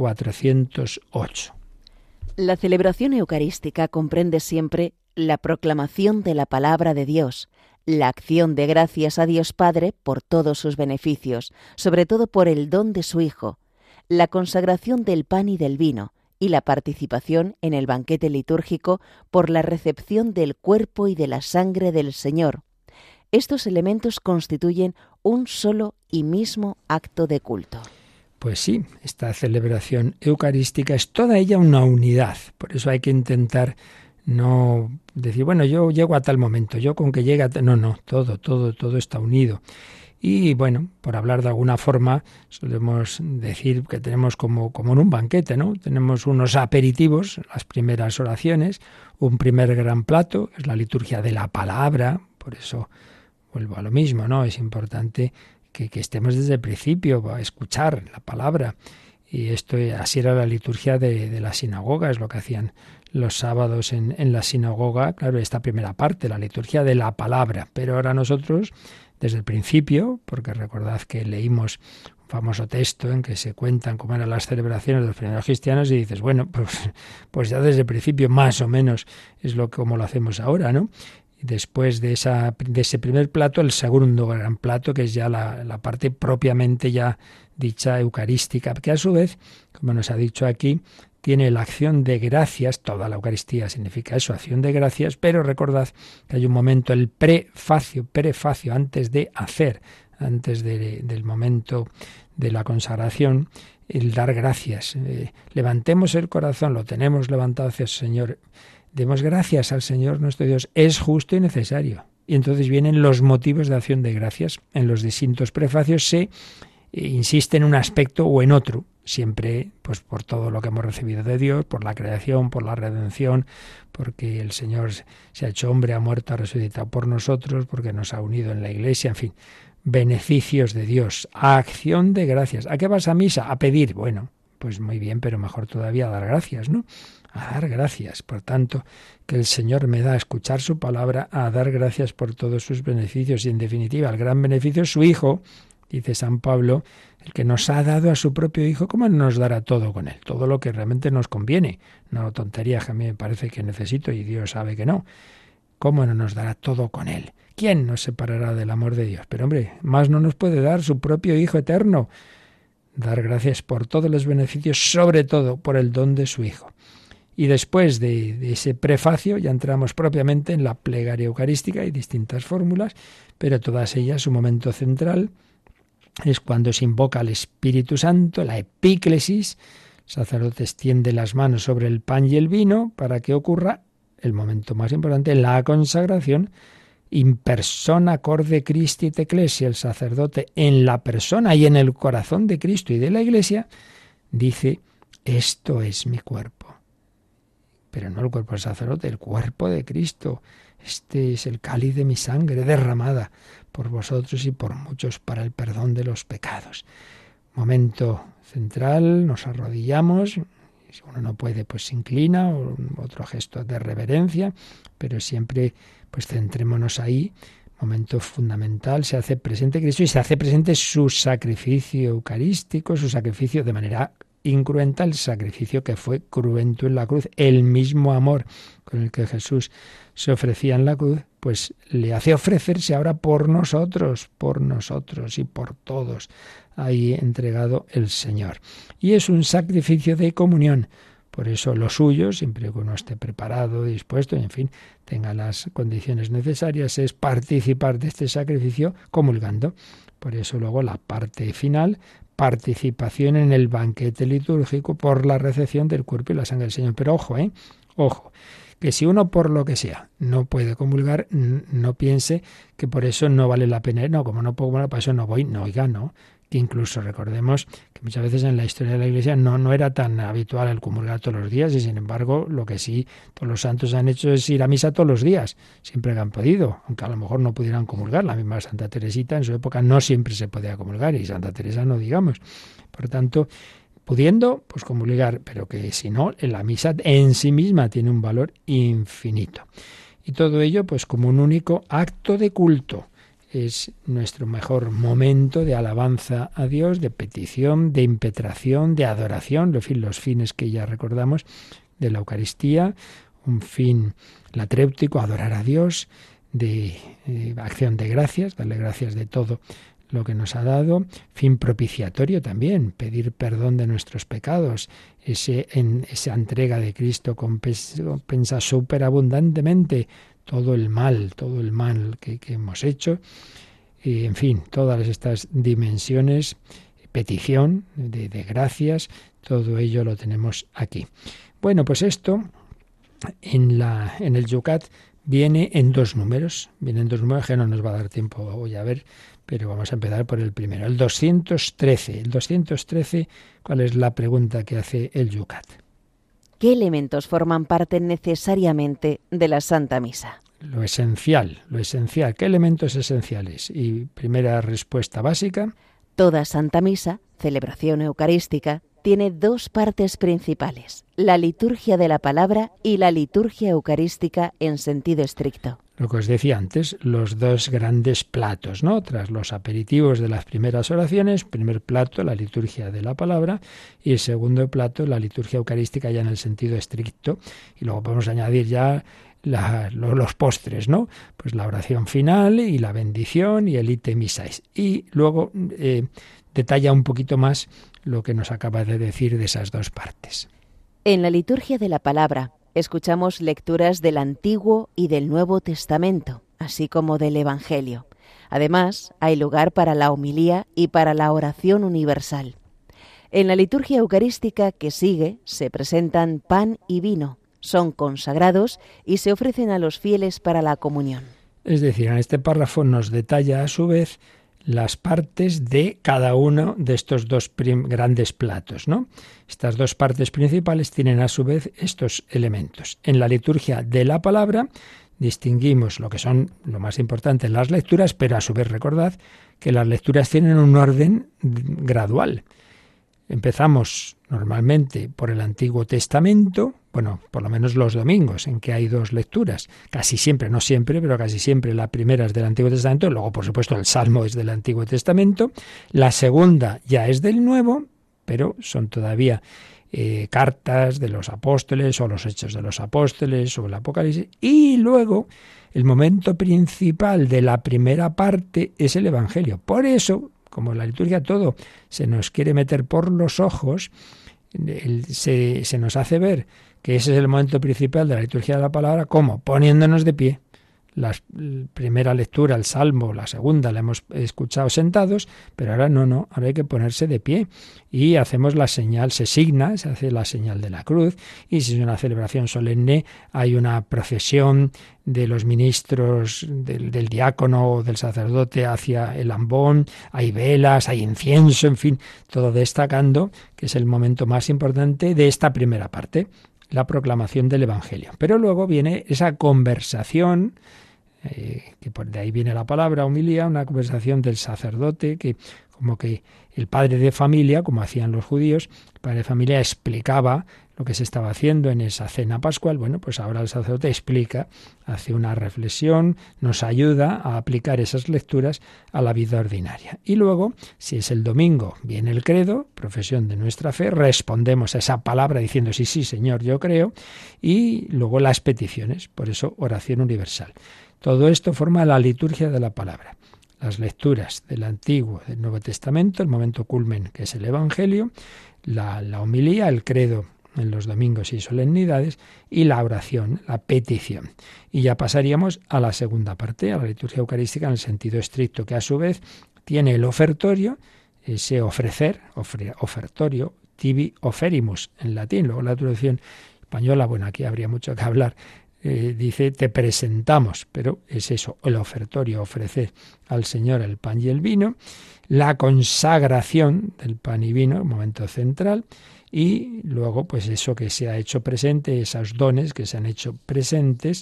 1408. La celebración eucarística comprende siempre la proclamación de la palabra de Dios, la acción de gracias a Dios Padre por todos sus beneficios, sobre todo por el don de su Hijo, la consagración del pan y del vino, y la participación en el banquete litúrgico por la recepción del cuerpo y de la sangre del Señor. Estos elementos constituyen un solo y mismo acto de culto. Pues sí, esta celebración eucarística es toda ella una unidad. Por eso hay que intentar no decir, bueno, yo llego a tal momento, yo con que llegue a tal... No, todo está unido. Y bueno, por hablar de alguna forma, solemos decir que tenemos como en un banquete, ¿no? Tenemos unos aperitivos, las primeras oraciones, un primer gran plato, es la liturgia de la palabra, por eso vuelvo a lo mismo, ¿no? Es importante que estemos desde el principio a escuchar la palabra. Y esto así era la liturgia de la sinagoga, es lo que hacían los sábados en la sinagoga. Claro, esta primera parte, la liturgia de la palabra. Pero ahora nosotros, desde el principio, porque recordad que leímos un famoso texto en que se cuentan cómo eran las celebraciones de los primeros cristianos y dices, bueno, pues ya desde el principio más o menos es como lo hacemos ahora, ¿no? Y después de ese primer plato, el segundo gran plato, que es ya la parte propiamente ya dicha eucarística, que a su vez, como nos ha dicho aquí, tiene la acción de gracias, toda la Eucaristía significa eso, acción de gracias, pero recordad que hay un momento, el prefacio, antes de hacer, antes del momento de la consagración, el dar gracias. Levantemos el corazón, lo tenemos levantado hacia el Señor, demos gracias al Señor nuestro Dios, es justo y necesario. Y entonces vienen los motivos de acción de gracias. En los distintos prefacios se insiste en un aspecto o en otro, siempre pues por todo lo que hemos recibido de Dios, por la creación, por la redención, porque el Señor se ha hecho hombre, ha muerto, ha resucitado por nosotros, porque nos ha unido en la Iglesia, en fin, beneficios de Dios, acción de gracias. ¿A qué vas a misa? A pedir. Bueno, pues muy bien, pero mejor todavía a dar gracias, ¿no? A dar gracias. Por tanto, que el Señor me da a escuchar su palabra, a dar gracias por todos sus beneficios y en definitiva el gran beneficio es su Hijo. Dice San Pablo, el que nos ha dado a su propio Hijo, ¿cómo no nos dará todo con Él? Todo lo que realmente nos conviene. No tonterías que a mí me parece que necesito y Dios sabe que no. ¿Cómo no nos dará todo con Él? ¿Quién nos separará del amor de Dios? Pero hombre, más no nos puede dar su propio Hijo eterno. Dar gracias por todos los beneficios, sobre todo por el don de su Hijo. Y después de ese prefacio ya entramos propiamente en la plegaria eucarística y distintas fórmulas, pero todas ellas, su momento central es cuando se invoca al Espíritu Santo, la epíclesis. El sacerdote extiende las manos sobre el pan y el vino para que ocurra el momento más importante, la consagración, in persona corde Christi et Ecclesia, el sacerdote en la persona y en el corazón de Cristo y de la Iglesia, dice, esto es mi cuerpo. Pero no el cuerpo del sacerdote, el cuerpo de Cristo. Este es el cáliz de mi sangre derramada por vosotros y por muchos para el perdón de los pecados. Momento central, nos arrodillamos, si uno no puede, pues se inclina, o otro gesto de reverencia, pero siempre pues centrémonos ahí. Momento fundamental, se hace presente Cristo y se hace presente su sacrificio eucarístico, su sacrificio de manera incruenta, el sacrificio que fue cruento en la cruz, el mismo amor con el que Jesús se ofrecía en la cruz, pues le hace ofrecerse ahora por nosotros y por todos, ahí entregado el Señor. Y es un sacrificio de comunión. Por eso lo suyo, siempre que uno esté preparado, dispuesto, y en fin, tenga las condiciones necesarias, es participar de este sacrificio comulgando. Por eso luego la parte final, participación en el banquete litúrgico por la recepción del cuerpo y la sangre del Señor. Pero ojo, que si uno por lo que sea no puede comulgar, no piense que por eso no vale la pena. No, como no puedo comulgar, para eso no voy. No, oiga, no. Que incluso recordemos que muchas veces en la historia de la Iglesia no era tan habitual el comulgar todos los días y sin embargo lo que sí todos los santos han hecho es ir a misa todos los días, siempre que han podido, aunque a lo mejor no pudieran comulgar. La misma Santa Teresita en su época no siempre se podía comulgar y Santa Teresa no digamos. Por tanto, pudiendo, pues comulgar, pero que si no, la misa en sí misma tiene un valor infinito. Y todo ello pues como un único acto de culto. Es nuestro mejor momento de alabanza a Dios, de petición, de impetración, de adoración, en fin, los fines que ya recordamos de la Eucaristía, un fin latréutico, adorar a Dios, de acción de gracias, darle gracias de todo lo que nos ha dado, fin propiciatorio también, pedir perdón de nuestros pecados, esa entrega de Cristo compensa superabundantemente todo el mal que hemos hecho, y en fin, todas estas dimensiones, petición de gracias, todo ello lo tenemos aquí. Bueno, pues esto en el Yucat viene en dos números que no nos va a dar tiempo hoy a ver, pero vamos a empezar por el primero, el 213. El 213, ¿cuál es la pregunta que hace el Yucat? ¿Qué elementos forman parte necesariamente de la Santa Misa? Lo esencial. ¿Qué elementos esenciales? Y primera respuesta básica. Toda Santa Misa, celebración eucarística, tiene dos partes principales, la liturgia de la palabra y la liturgia eucarística en sentido estricto. Lo que os decía antes, los dos grandes platos, ¿no? Tras los aperitivos de las primeras oraciones, primer plato, la liturgia de la palabra, y el segundo plato, la liturgia eucarística ya en el sentido estricto. Y luego podemos añadir ya los postres, ¿no? Pues la oración final y la bendición y el ite misais. Y luego detalla un poquito más lo que nos acaba de decir de esas dos partes. En la liturgia de la palabra escuchamos lecturas del Antiguo y del Nuevo Testamento, así como del Evangelio. Además, hay lugar para la homilía y para la oración universal. En la liturgia eucarística que sigue se presentan pan y vino, son consagrados y se ofrecen a los fieles para la comunión. Es decir, en este párrafo nos detalla a su vez las partes de cada uno de estos dos grandes platos, ¿no? Estas dos partes principales tienen a su vez estos elementos. En la liturgia de la palabra distinguimos lo que son lo más importante, las lecturas, pero a su vez recordad que las lecturas tienen un orden gradual. Empezamos normalmente por el Antiguo Testamento, bueno, por lo menos los domingos, en que hay dos lecturas. Casi siempre, no siempre, pero casi siempre la primera es del Antiguo Testamento, luego por supuesto el Salmo es del Antiguo Testamento, la segunda ya es del Nuevo, pero son todavía cartas de los apóstoles o los Hechos de los Apóstoles o el Apocalipsis, y luego el momento principal de la primera parte es el Evangelio. Por eso, como en la liturgia todo se nos quiere meter por los ojos, se nos hace ver que ese es el momento principal de la liturgia de la palabra, ¿cómo? Poniéndonos de pie. La primera lectura, el Salmo, la segunda, la hemos escuchado sentados, pero ahora no, ahora hay que ponerse de pie y hacemos la señal, se signa, se hace la señal de la cruz, y si es una celebración solemne hay una procesión de los ministros, del diácono o del sacerdote hacia el ambón, hay velas, hay incienso, en fin, todo destacando que es el momento más importante de esta primera parte, la proclamación del Evangelio. Pero luego viene esa conversación, que por de ahí viene la palabra homilía, una conversación del sacerdote, que como que el padre de familia, como hacían los judíos, el padre de familia explicaba lo que se estaba haciendo en esa cena pascual. Bueno, pues ahora el sacerdote explica, hace una reflexión, nos ayuda a aplicar esas lecturas a la vida ordinaria. Y luego, si es el domingo, viene el credo, profesión de nuestra fe, respondemos a esa palabra diciendo sí, sí, Señor, yo creo, y luego las peticiones, por eso oración universal. Todo esto forma la liturgia de la palabra. Las lecturas del Antiguo, del Nuevo Testamento, el momento culmen que es el Evangelio, la homilía, el credo en los domingos y solemnidades, y la oración, la petición. Y ya pasaríamos a la segunda parte, a la liturgia eucarística en el sentido estricto, que a su vez tiene el ofertorio, ese ofrecer, ofertorio, tibi oferimus en latín. Luego la traducción española, bueno, aquí habría mucho que hablar, dice te presentamos, pero es eso, el ofertorio, ofrecer al Señor el pan y el vino, la consagración del pan y vino, momento central, y luego pues eso que se ha hecho presente, esos dones que se han hecho presentes,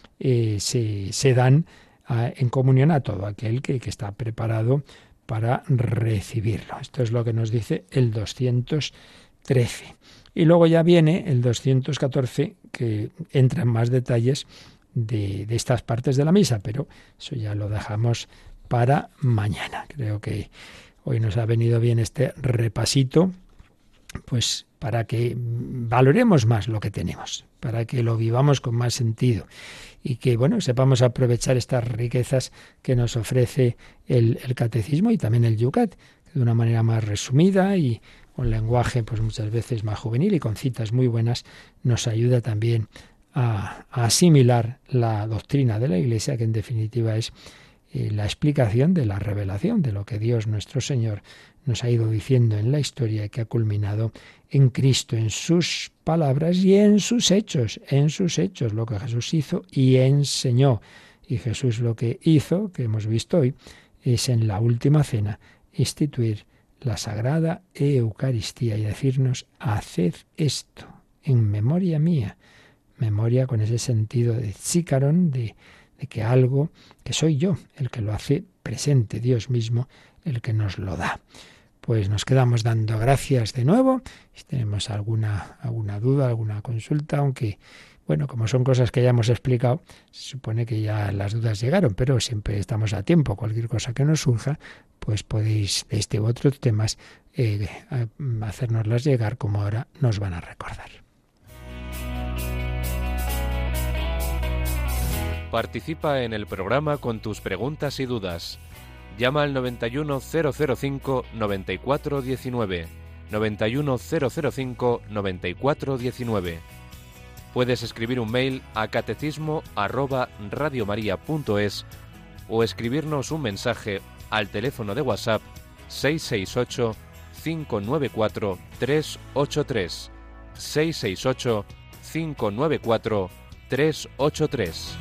se dan en comunión a todo aquel que está preparado para recibirlo. Esto es lo que nos dice el 213. Y luego ya viene el 214, que entra en más detalles de estas partes de la misa, pero eso ya lo dejamos para mañana. Creo que hoy nos ha venido bien este repasito, pues para que valoremos más lo que tenemos, para que lo vivamos con más sentido y que, bueno, sepamos aprovechar estas riquezas que nos ofrece el catecismo y también el Yucat, de una manera más resumida y con lenguaje pues muchas veces más juvenil y con citas muy buenas, nos ayuda también a asimilar la doctrina de la Iglesia, que en definitiva es la explicación de la revelación de lo que Dios nuestro Señor nos ha ido diciendo en la historia y que ha culminado en Cristo, en sus palabras y en sus hechos, lo que Jesús hizo y enseñó. Y Jesús lo que hizo, que hemos visto hoy, es en la última cena instituir la Sagrada Eucaristía y decirnos, haced esto en memoria mía. Memoria con ese sentido de chícaron, de que algo, que soy yo, el que lo hace presente, Dios mismo, el que nos lo da. Pues nos quedamos dando gracias de nuevo. Si tenemos alguna duda, alguna consulta, aunque, bueno, como son cosas que ya hemos explicado, se supone que ya las dudas llegaron, pero siempre estamos a tiempo. Cualquier cosa que nos surja, pues podéis, de este u otros temas, hacérnoslas llegar como ahora nos van a recordar. Participa en el programa con tus preguntas y dudas. Llama al 91005-9419, 91005-9419. Puedes escribir un mail a catecismo@radiomaria.es o escribirnos un mensaje al teléfono de WhatsApp 668-594-383, 668-594-383.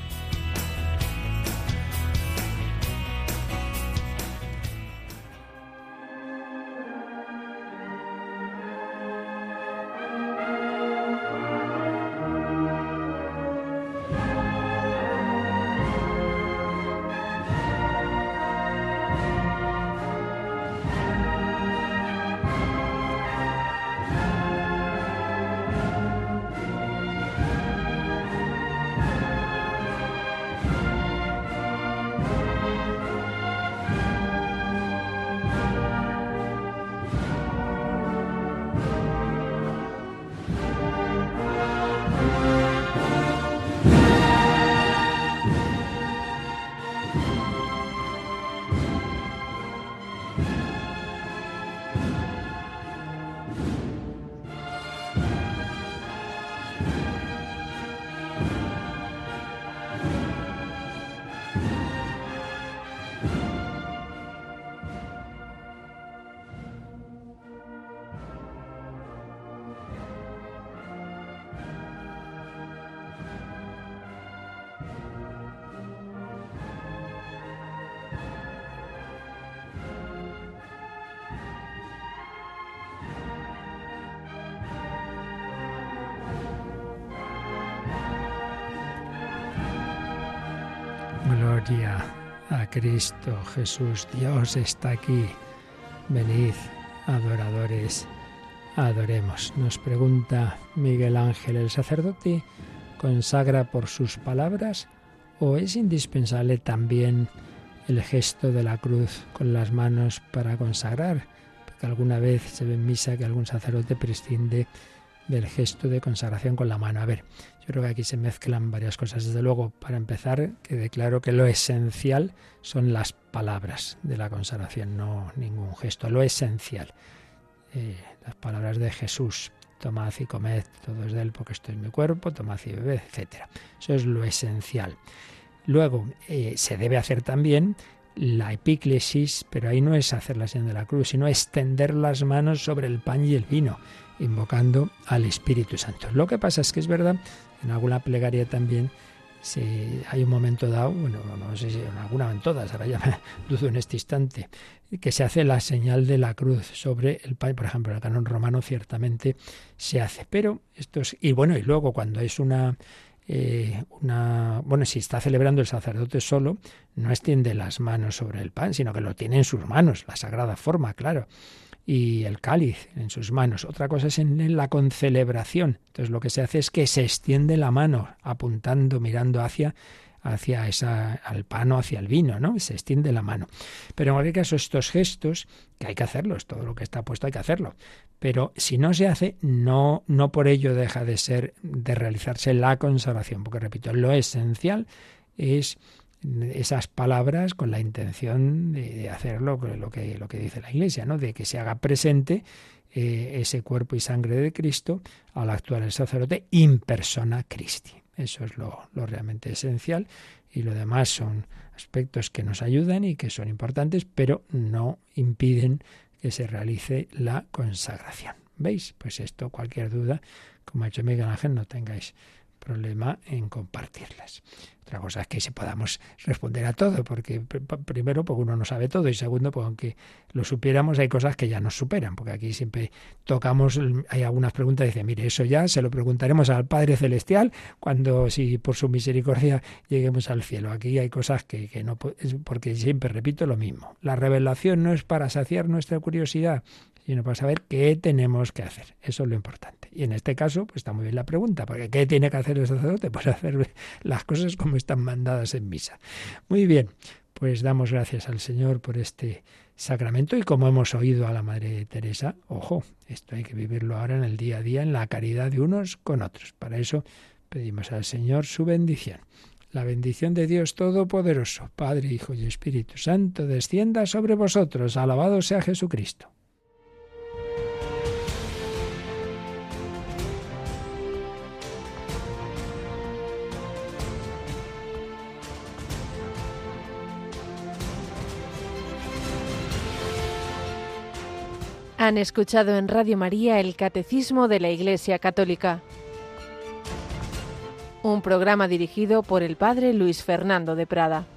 Gloria a Cristo Jesús. Dios está aquí. Venid, adoradores, adoremos. Nos pregunta Miguel Ángel, ¿el sacerdote consagra por sus palabras o es indispensable también el gesto de la cruz con las manos para consagrar? Porque alguna vez se ve en misa que algún sacerdote prescinde del gesto de consagración con la mano. A ver, yo creo que aquí se mezclan varias cosas. Desde luego, para empezar, quede claro que lo esencial son las palabras de la consagración, no ningún gesto. Lo esencial, las palabras de Jesús: tomad y comed todos de él, porque esto es mi cuerpo, tomad y bebed, etc. Eso es lo esencial. Luego, se debe hacer también la epíclesis, pero ahí no es hacer la señal de la cruz, sino extender las manos sobre el pan y el vino, invocando al Espíritu Santo. Lo que pasa es que es verdad, en alguna plegaria también hay un momento dado, bueno, no sé si en alguna o en todas, ahora ya me dudo en este instante, que se hace la señal de la cruz sobre el pan. Por ejemplo, en el canon romano ciertamente se hace, pero esto es, y luego cuando es si está celebrando el sacerdote solo, no extiende las manos sobre el pan, sino que lo tiene en sus manos, la sagrada forma, claro, y el cáliz en sus manos. Otra cosa es en la concelebración. Entonces lo que se hace es que se extiende la mano, apuntando, mirando hacia al pan o hacia el vino, ¿no? Se extiende la mano. Pero en cualquier caso, estos gestos, que hay que hacerlos, todo lo que está puesto hay que hacerlo. Pero si no se hace, no por ello deja de realizarse la consagración, porque repito, lo esencial es esas palabras con la intención de hacer lo que dice la Iglesia, ¿no? De que se haga presente ese cuerpo y sangre de Cristo al actuar el sacerdote in persona Christi. Eso es lo realmente esencial, y lo demás son aspectos que nos ayudan y que son importantes, pero no impiden que se realice la consagración. ¿Veis? Pues esto, cualquier duda, como ha hecho Miguel Ángel, no tengáis problema en compartirlas. Otra cosa es que si podamos responder a todo, porque primero, porque uno no sabe todo, y segundo, porque aunque lo supiéramos, hay cosas que ya nos superan, porque aquí siempre tocamos, hay algunas preguntas, dice, mire, eso ya se lo preguntaremos al Padre Celestial cuando, si por su misericordia lleguemos al cielo. Aquí hay cosas que no, porque siempre repito lo mismo. La revelación no es para saciar nuestra curiosidad, sino para saber qué tenemos que hacer. Eso es lo importante. Y en este caso, pues está muy bien la pregunta, porque ¿qué tiene que hacer el sacerdote? Pues hacer las cosas como están mandadas en misa. Muy bien, pues damos gracias al Señor por este sacramento, y como hemos oído a la Madre Teresa, ojo, esto hay que vivirlo ahora en el día a día, en la caridad de unos con otros. Para eso pedimos al Señor su bendición. La bendición de Dios Todopoderoso, Padre, Hijo y Espíritu Santo, descienda sobre vosotros. Alabado sea Jesucristo. Han escuchado en Radio María el Catecismo de la Iglesia Católica, un programa dirigido por el Padre Luis Fernando de Prada.